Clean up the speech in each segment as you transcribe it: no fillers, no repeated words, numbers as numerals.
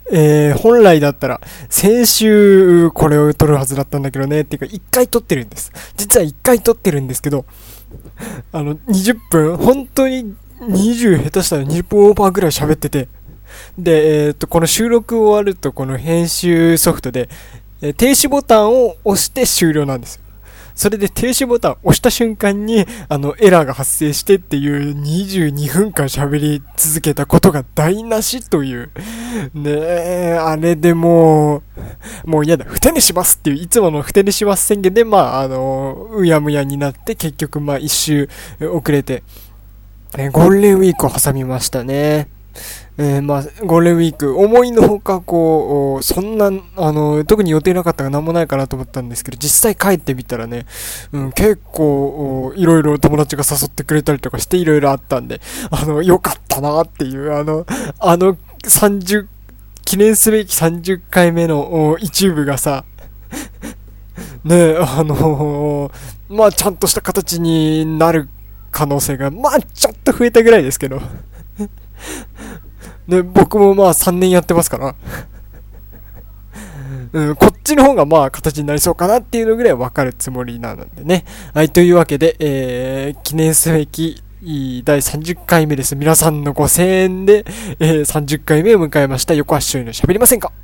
本来だったら、先週これを撮るはずだったんだけどね、っていうか一回撮ってるんです。実は一回撮ってるんですけど、20分、本当に20、下手したら20分オーバーぐらい喋ってて、で、この収録終わると、この編集ソフトで、停止ボタンを押して終了なんですよ。それで停止ボタンを押した瞬間に、エラーが発生してっていう22分間喋り続けたことが台無しという。ねえ、あれでもう嫌だ、ふて寝しますっていう、いつものふて寝します宣言で、うやむやになって、結局一周遅れて、ゴールデンウィークを挟みましたね。ゴールデンウィーク、思いのほかそんな、特に予定なかったが何もないかなと思ったんですけど、実際帰ってみたらね、結構、いろいろ友達が誘ってくれたりとかしていろいろあったんで、よかったなっていう、記念すべき30回目の一部がさ、ね、ちゃんとした形になる可能性が、ちょっと増えたぐらいですけど。で、僕も3年やってますから、こっちの方が形になりそうかなっていうのぐらいわかるつもりなのでね。はい、というわけで、記念すべき第30回目です。皆さんのご声援で、30回目を迎えました。横橋の喋りませんか？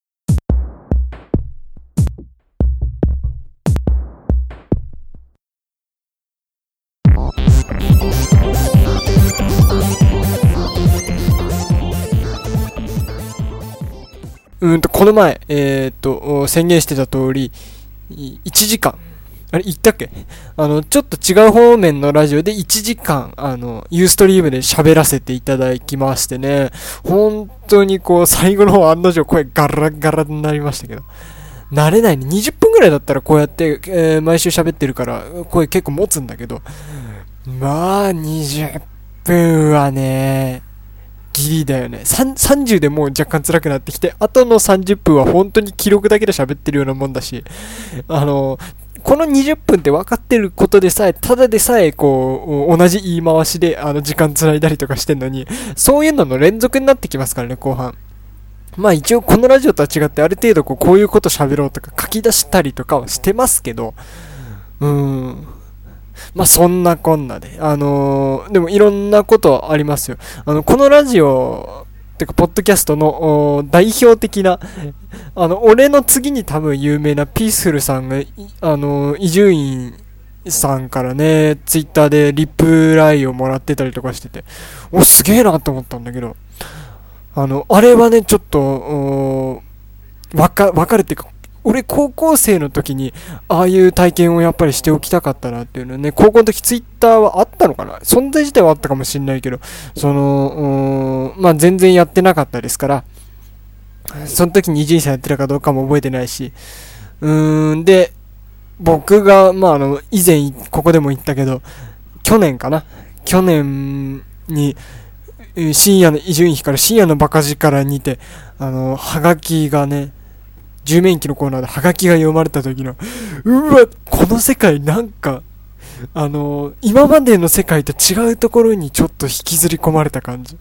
この前、宣言してた通り、1時間。あれ、言ったっけ？ちょっと違う方面のラジオで1時間、ユーストリームで喋らせていただきましてね、本当に最後の方案の定声ガラガラになりましたけど、慣れないね。20分ぐらいだったらこうやって、毎週喋ってるから、声結構持つんだけど、20分はね、ギリだよね。30でもう若干辛くなってきて、あとの30分は本当に記録だけで喋ってるようなもんだし、この20分って分かってることでさえ、ただでさえ同じ言い回しで時間繋いだりとかしてんのに、そういうのの連続になってきますからね、後半。一応このラジオとは違ってある程度こういうこと喋ろうとか書き出したりとかはしてますけど、そんなこんなで。でもいろんなことありますよ。このラジオ、てか、ポッドキャストの代表的な、俺の次に多分有名なピースフルさんが、伊集院さんからね、ツイッターでリプライをもらってたりとかしてて、すげえなと思ったんだけど、あれはね、ちょっと、わかるっていうか、俺高校生の時にああいう体験をやっぱりしておきたかったなっていうのね。高校の時ツイッターはあったのかな、存在自体はあったかもしれないけど、全然やってなかったですから、その時に伊集院さんやってたかどうかも覚えてないし、で、僕が、以前ここでも言ったけど、去年に深夜の伊集院光深夜のバカ力にて、はがきがね、10面記のコーナーでハガキが読まれた時の、この世界なんか、今までの世界と違うところにちょっと引きずり込まれた感じ。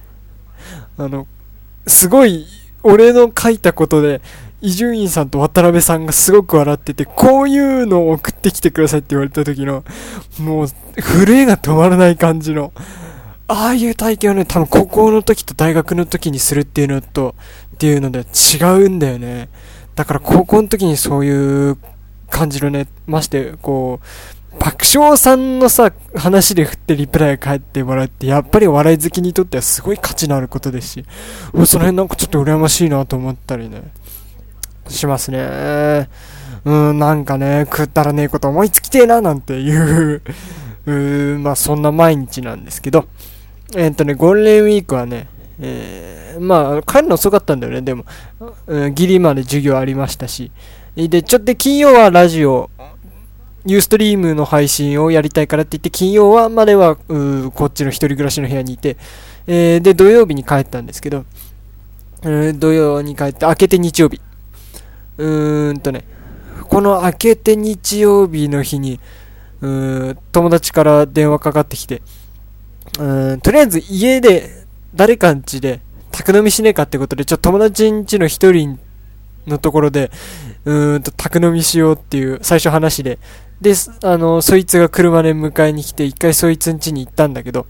すごい、俺の書いたことで、伊集院さんと渡辺さんがすごく笑ってて、こういうのを送ってきてくださいって言われた時の、もう、震えが止まらない感じの、ああいう体験をね、多分高校の時と大学の時にするっていうので違うんだよね。だから高校の時にそういう感じのね、まして爆笑さんのさ、話で振ってリプライ返ってもらうって、やっぱり笑い好きにとってはすごい価値のあることですし、その辺なんかちょっと羨ましいなと思ったりね、しますね。なんかね、食ったらねえこと思いつきてえななんていうそんな毎日なんですけど、ゴールデンウィークはね、帰るの遅かったんだよね、でも、ギリまで授業ありましたし、で、金曜はラジオ、ユーストリームの配信をやりたいからって言って、金曜はまでは、こっちの一人暮らしの部屋にいて、で、土曜日に帰ったんですけど、土曜に帰って、明けて日曜日。この明けて日曜日の日に、友達から電話かかってきて、とりあえず家で、誰かん家で宅飲みしねえかってことで、友達ん家の一人のところで、宅飲みしようっていう最初話で、で、そいつが車で迎えに来て、一回そいつん家に行ったんだけど、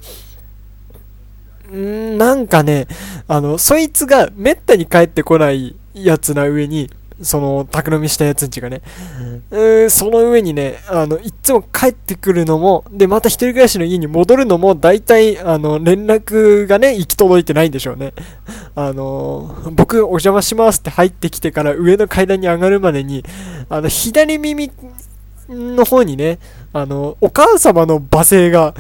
なんかね、そいつがめったに帰ってこないやつな上に、その、宅飲みしたやつんちがね、その上にね、いつも帰ってくるのも、で、また一人暮らしの家に戻るのも、大体、連絡がね、行き届いてないんでしょうね。僕、お邪魔しますって入ってきてから上の階段に上がるまでに、左耳の方にね、お母様の罵声が、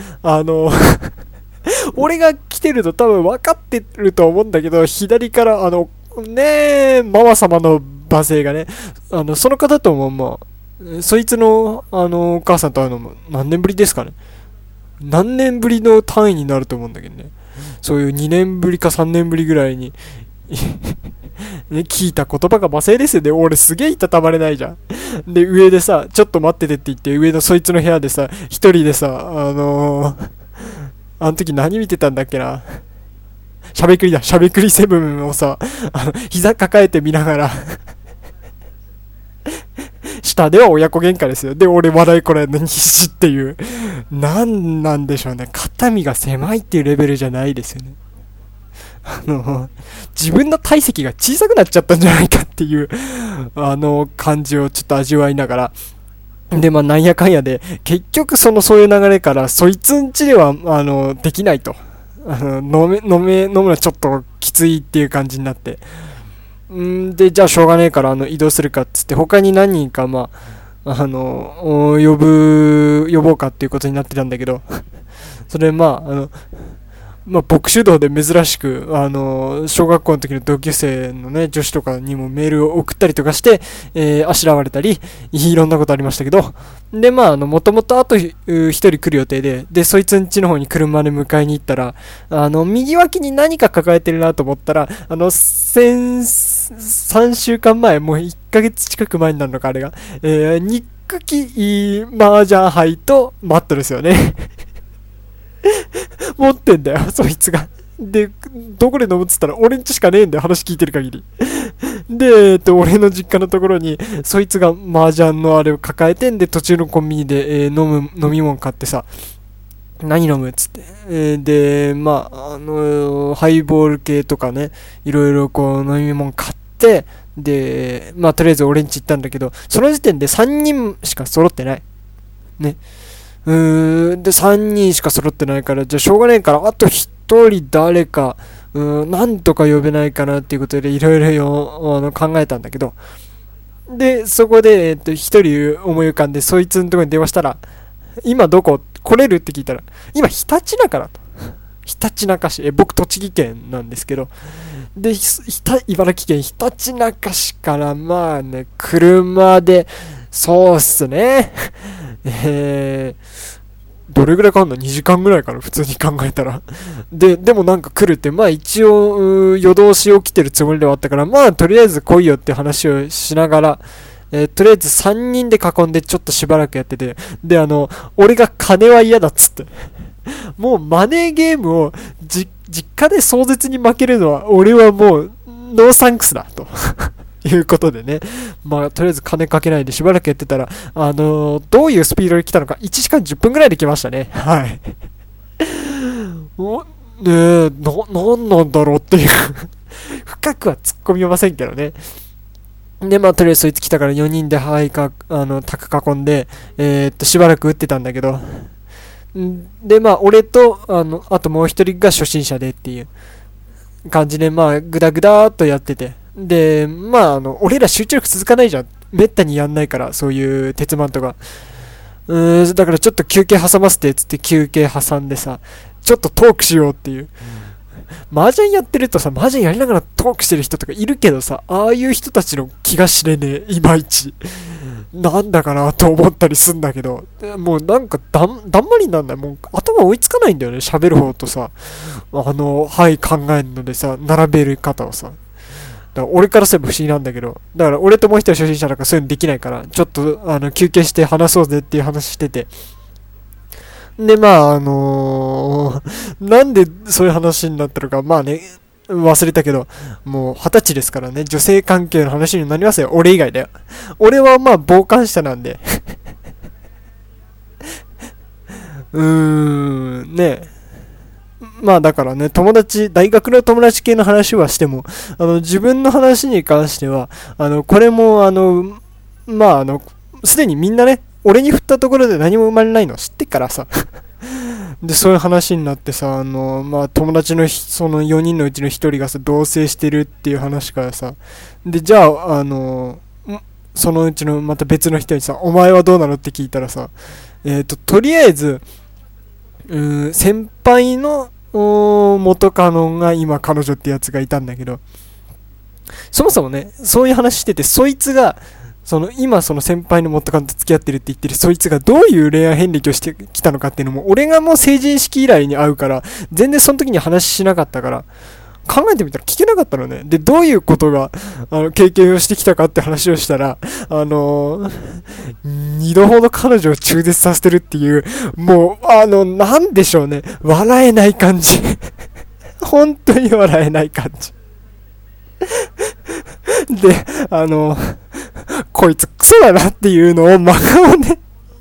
俺が来てると多分分かってると思うんだけど、左から、ママ様の罵声がね、その方とも、まあ、そいつの、お母さんと会うのも何年ぶりですかね。何年ぶりの単位になると思うんだけどね。そういう2年ぶりか3年ぶりぐらいにね、聞いた言葉が罵声ですよね。俺すげえいたたまれないじゃん。で、上でさ、ちょっと待っててって言って、上のそいつの部屋でさ、一人でさ、あの時何見てたんだっけな。しゃべくりセブンをさ、膝抱えて見ながら下では親子喧嘩ですよ。で、俺笑いこらえるのに必死っていう。なんでしょうね。肩身が狭いっていうレベルじゃないですよね。自分の体積が小さくなっちゃったんじゃないかっていう、感じをちょっと味わいながら。で、まあ、なんやかんやで、結局そういう流れから、そいつんちでは、できないと。飲むのはちょっときついっていう感じになって。で、じゃあしょうがねえから、移動するかっつって、他に何人か、まあ、呼ぼうかっていうことになってたんだけど、それ、まあ、僕主導で珍しく、小学校の時の同級生のね、女子とかにもメールを送ったりとかして、あしらわれたり、いろんなことありましたけど、で、まあ、もともとあと一人来る予定で、そいつん家の方に車で迎えに行ったら、右脇に何か抱えてるなと思ったら、3週間前、もう1ヶ月近く前になるのか、あれが、ニックキ麻雀杯とマットですよね。持ってんだよ、そいつが。で、どこで飲むっつったら、俺んちしかねえんだよ、話聞いてる限り。で、俺の実家のところに、そいつが麻雀のあれを抱えてんで、途中のコンビニで、飲み物買ってさ、何飲むっつって。で、まあ、ハイボール系とかね、いろいろこう飲み物買って、で、まあ、とりあえず俺んち行ったんだけど、その時点で3人しか揃ってない。ね。で、3人しか揃ってないから、じゃあしょうがないから、あと1人誰か、なんとか呼べないかなっていうことで、いろいろ考えたんだけど、で、そこで、1人思い浮かんで、そいつのところに電話したら、今どこ来れるって聞いたら、今、ひたちなかだと。ひたちなか市。僕、栃木県なんですけど、で、茨城県ひたちなか市から、まあね、車で、そうっすね。どれぐらいかかんの ?2 時間ぐらいかな普通に考えたら。でもなんか来るって、まあ一応、夜通し起きてるつもりではあったから、まあとりあえず来いよって話をしながら、とりあえず3人で囲んでちょっとしばらくやってて、で、俺が金は嫌だっつって。もうマネーゲームを実家で壮絶に負けるのは、俺はもう、ノーサンクスだ、と。いうことでね。まあ、とりあえず金かけないでしばらくやってたら、どういうスピードで来たのか、1時間10分ぐらいで来ましたね。はい。ねえ、なんなんだろうっていう深くは突っ込みませんけどね。で、まあ、とりあえずそいつ来たから4人で、はい、卓囲んで、しばらく打ってたんだけど、で、まあ、俺と、あともう一人が初心者でっていう感じで、まあ、ぐだぐだーっとやってて、で、まあ、俺ら集中力続かないじゃん。めったにやんないから、そういう鉄マンとか。だからちょっと休憩挟ませて、つって休憩挟んでさ、ちょっとトークしようっていう。麻雀やってるとさ、麻雀やりながらトークしてる人とかいるけどさ、ああいう人たちの気が知れねえ、いまいち。なんだかなと思ったりすんだけど、もうなんかだんまりなんだよ。もう頭追いつかないんだよね、喋る方とさ、はい、考えるのでさ、並べる方をさ。だから俺からすれば不思議なんだけど、だから俺ともう一人初心者だからそういうのできないから、ちょっと休憩して話そうぜっていう話してて。で、まあなんでそういう話になったのか、まあね、 忘れたけど、もう20歳ですからね、女性関係の話になりますよ。俺以外だよ。俺はまあ傍観者なんで。ねえ。まあだからね、大学の友達系の話はしても、自分の話に関しては、これもまあすでにみんなね、俺に振ったところで何も生まれないの知ってからさ。で、そういう話になってさ、まあ友達のその4人のうちの1人がさ、同棲してるっていう話からさ、で、じゃあ、そのうちのまた別の人にさ、お前はどうなのって聞いたらさ、とりあえず、先輩の元カノが今彼女ってやつがいたんだけど、そもそもね、そういう話してて、そいつが、今その先輩の元カノと付き合ってるって言ってるそいつがどういう恋愛遍歴をしてきたのかっていうのも、俺がもう成人式以来に会うから、全然その時に話しなかったから、考えてみたら聞けなかったのね。で、どういうことが、経験をしてきたかって話をしたら、二度ほど彼女を中絶させてるっていう、もう、なんでしょうね。笑えない感じ。本当に笑えない感じ。で、こいつクソだなっていうのを真顔で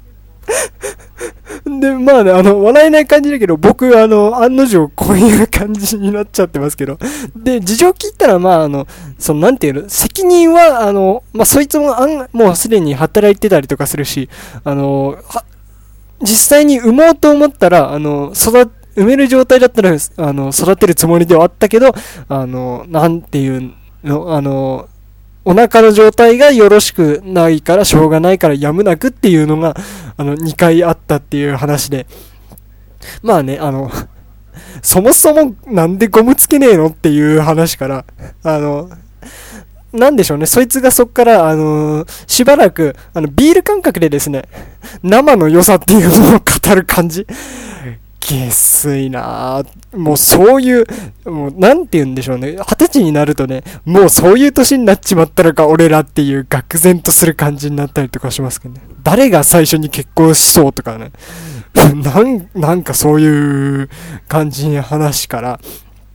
で、まあね、笑えない感じだけど、僕、案の定、こういう感じになっちゃってますけど。で、事情聞いたら、まあ、なんていうの、責任は、まあ、そいつも、もうすでに働いてたりとかするし、実際に産もうと思ったら、産める状態だったら、育てるつもりではあったけど、なんていうの、お腹の状態がよろしくないからしょうがないからやむなくっていうのが、2回あったっていう話で。まあね、そもそもなんでゴムつけねえのっていう話から、なんでしょうね、そいつがそっから、しばらく、ビール感覚でですね、生の良さっていうのを語る感じ。下水なぁ。もうそういう、もうなんて言うんでしょうね。20歳になるとね、もうそういう年になっちまったのか俺らっていう愕然とする感じになったりとかしますけどね。誰が最初に結婚しそうとかね。なんかそういう感じの話から、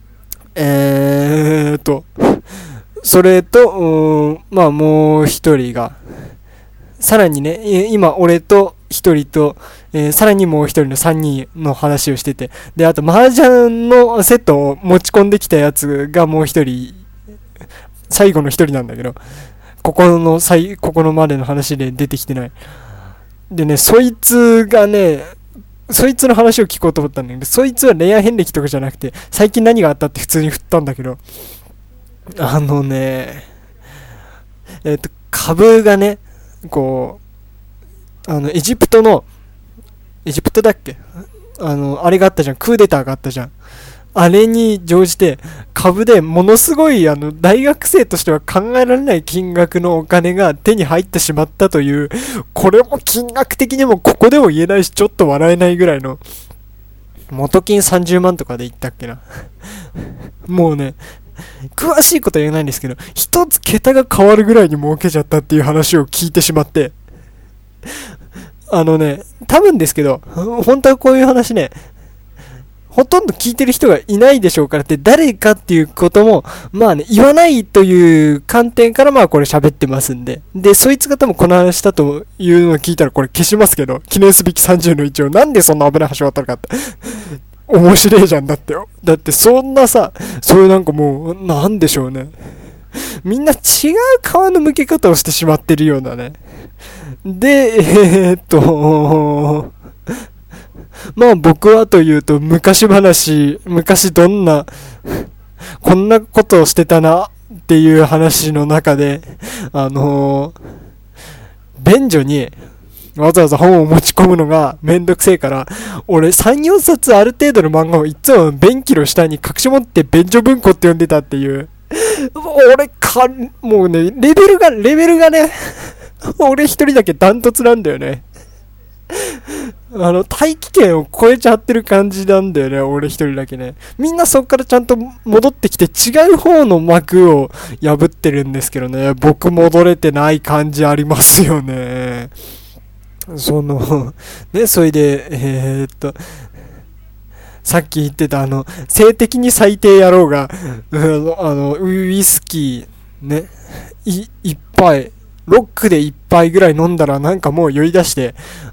それと、まあもう一人が、さらにね、今俺と一人と、さらにもう一人の三人の話をしてて、で、あと麻雀のセットを持ち込んできたやつがもう一人、最後の一人なんだけど、ここのまでの話で出てきてない。でね、そいつの話を聞こうと思ったんだけど、そいつは恋愛遍歴とかじゃなくて、最近何があったって普通に振ったんだけど、株がね、こう、エジプトだっけあれがあったじゃん。クーデターがあったじゃん。あれに乗じて、株でものすごい、大学生としては考えられない金額のお金が手に入ってしまったという、これも金額的にもここでも言えないし、ちょっと笑えないぐらいの、元金30万とかで言ったっけな。もうね、詳しいことは言えないんですけど、一つ桁が変わるぐらいに儲けちゃったっていう話を聞いてしまって、多分ですけど、本当はこういう話ね、ほとんど聞いてる人がいないでしょうからって誰かっていうことも、まあね、言わないという観点からまあこれ喋ってますんで。で、そいつが多分この話だというのを聞いたらこれ消しますけど、記念すべき30の1をなんでそんな危ない橋渡るかって。面白いじゃんだってよ。だってそんなさ、そういうなんかもう、なんでしょうね。みんな違う皮の向け方をしてしまってるようなね。で、まあ僕はというと昔どんな、こんなことをしてたなっていう話の中で、便所にわざわざ本を持ち込むのがめんどくせえから、俺3、4冊ある程度の漫画をいつも便器の下に隠し持って便所文庫って呼んでたっていう。もうね、レベルがね、俺一人だけダントツなんだよね。大気圏を超えちゃってる感じなんだよね、俺一人だけね。みんなそっからちゃんと戻ってきて違う方の幕を破ってるんですけどね、僕戻れてない感じありますよね。ね、それで、 さっき言ってた性的に最低野郎が、ウイスキー、ね、一杯、ロックで一杯ぐらい飲んだらなんかもう酔い出して、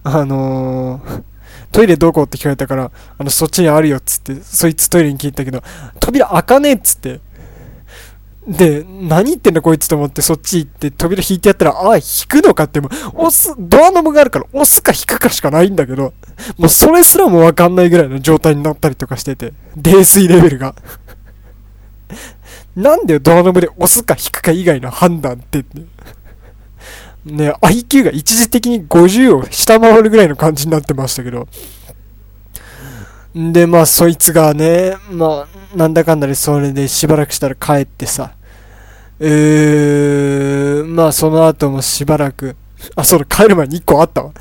トイレどこって聞かれたから、そっちにあるよっつって、そいつトイレに聞いたけど、扉開かねえっつって。で、何言ってんだこいつと思ってそっち行って扉引いてやったら、引くのかってもう、ドアノブがあるから押すか引くかしかないんだけど、もうそれすらもわかんないぐらいの状態になったりとかしてて、泥酔レベルが。なんでドアノブで押すか引くか以外の判断ってね、IQ が一時的に50を下回るぐらいの感じになってましたけど。で、まあ、そいつがね、まあ、なんだかんだでそれでしばらくしたら帰ってさ。まあ、その後もしばらく、そうだ、帰る前に1個あったわ。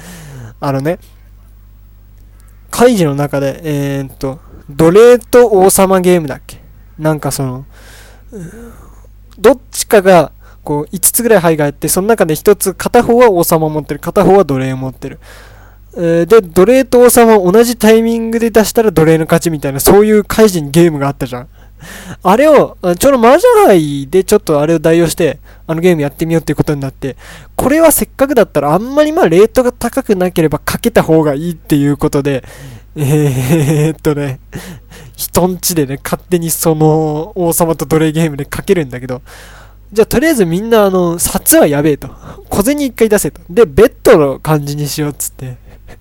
カイジの中で、奴隷と王様ゲームだっけ？なんかどっちかが、こう、5つぐらい牌があって、その中で1つ、片方は王様を持ってる、片方は奴隷を持ってる。で、奴隷と王様を同じタイミングで出したら奴隷の勝ちみたいな、そういう怪人ゲームがあったじゃん。あれを、ちょうど麻雀杯でちょっとあれを代用して、ゲームやってみようっていうことになって、これはせっかくだったらあんまりレートが高くなければかけた方がいいっていうことで、人んちでね、勝手にその王様と奴隷ゲームでかけるんだけど、じゃあとりあえずみんな札はやべえと。小銭一回出せと。で、ベッドの感じにしようっつって。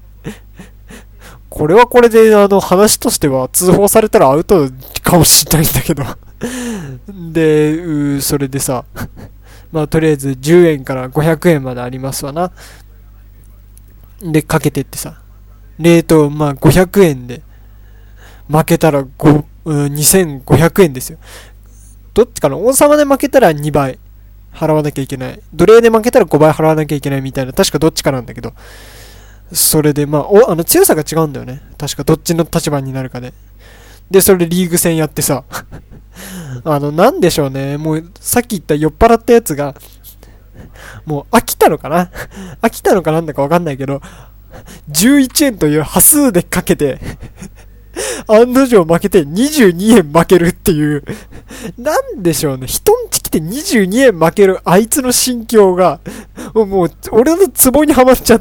これはこれで話としては通報されたらアウトかもしれないんだけど。で、それでさ、まあとりあえず10円から500円までありますわな。で、かけてってさ。レート、まあ500円で、負けたら2500円ですよ。どっちかな？王様で負けたら2倍払わなきゃいけない。奴隷で負けたら5倍払わなきゃいけないみたいな、確かどっちかなんだけど。それで、まあ、強さが違うんだよね。確かどっちの立場になるかで。で、それでリーグ戦やってさ、なんでしょうね。もう、さっき言った酔っ払ったやつが、もう飽きたのかな飽きたのかなんだかわかんないけど、11円という端数でかけて、案の定負けて22円負けるっていう、なんでしょうね。人んち来て22円負けるあいつの心境が、もう、俺のツボにはまっちゃって、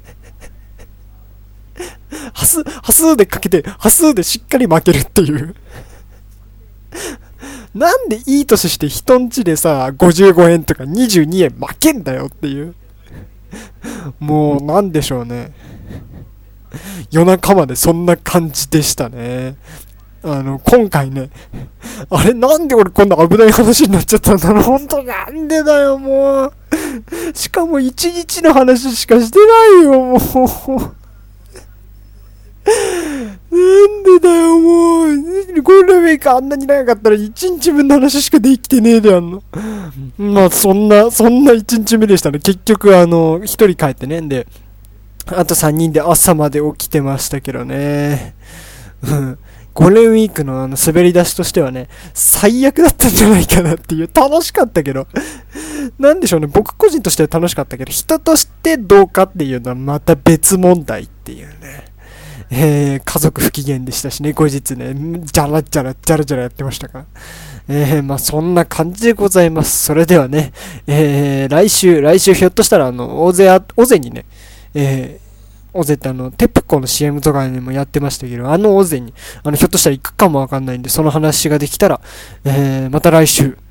端数でかけて、端数でしっかり負けるっていう。なんでいい年して人んちでさ、55円とか22円負けんだよっていう。もう、なんでしょうね。夜中までそんな感じでしたね。今回ね、あれなんで俺こんな危ない話になっちゃったんだろう。ほんとなんでだよ、もう。しかも1日の話しかしてないよ、もう。なんでだよ、もう。ゴールデンウィークあんなに長かったら1日分の話しかできてねえでやんの。まあ、そんな1日目でしたね。結局、1人帰ってね。で、あと3人で朝まで起きてましたけどね。ゴールデンウィークの滑り出しとしてはね、最悪だったんじゃないかなっていう、楽しかったけど、なんでしょうね、僕個人としては楽しかったけど、人としてどうかっていうのはまた別問題っていうね。家族不機嫌でしたしね、後日ね、じゃらやってましたから。まあそんな感じでございます。それではね、来週ひょっとしたら大勢にね、オゼってテプコの CM とかにもやってましたけど、オゼに、ひょっとしたら行くかもわかんないんで、その話ができたら、また来週、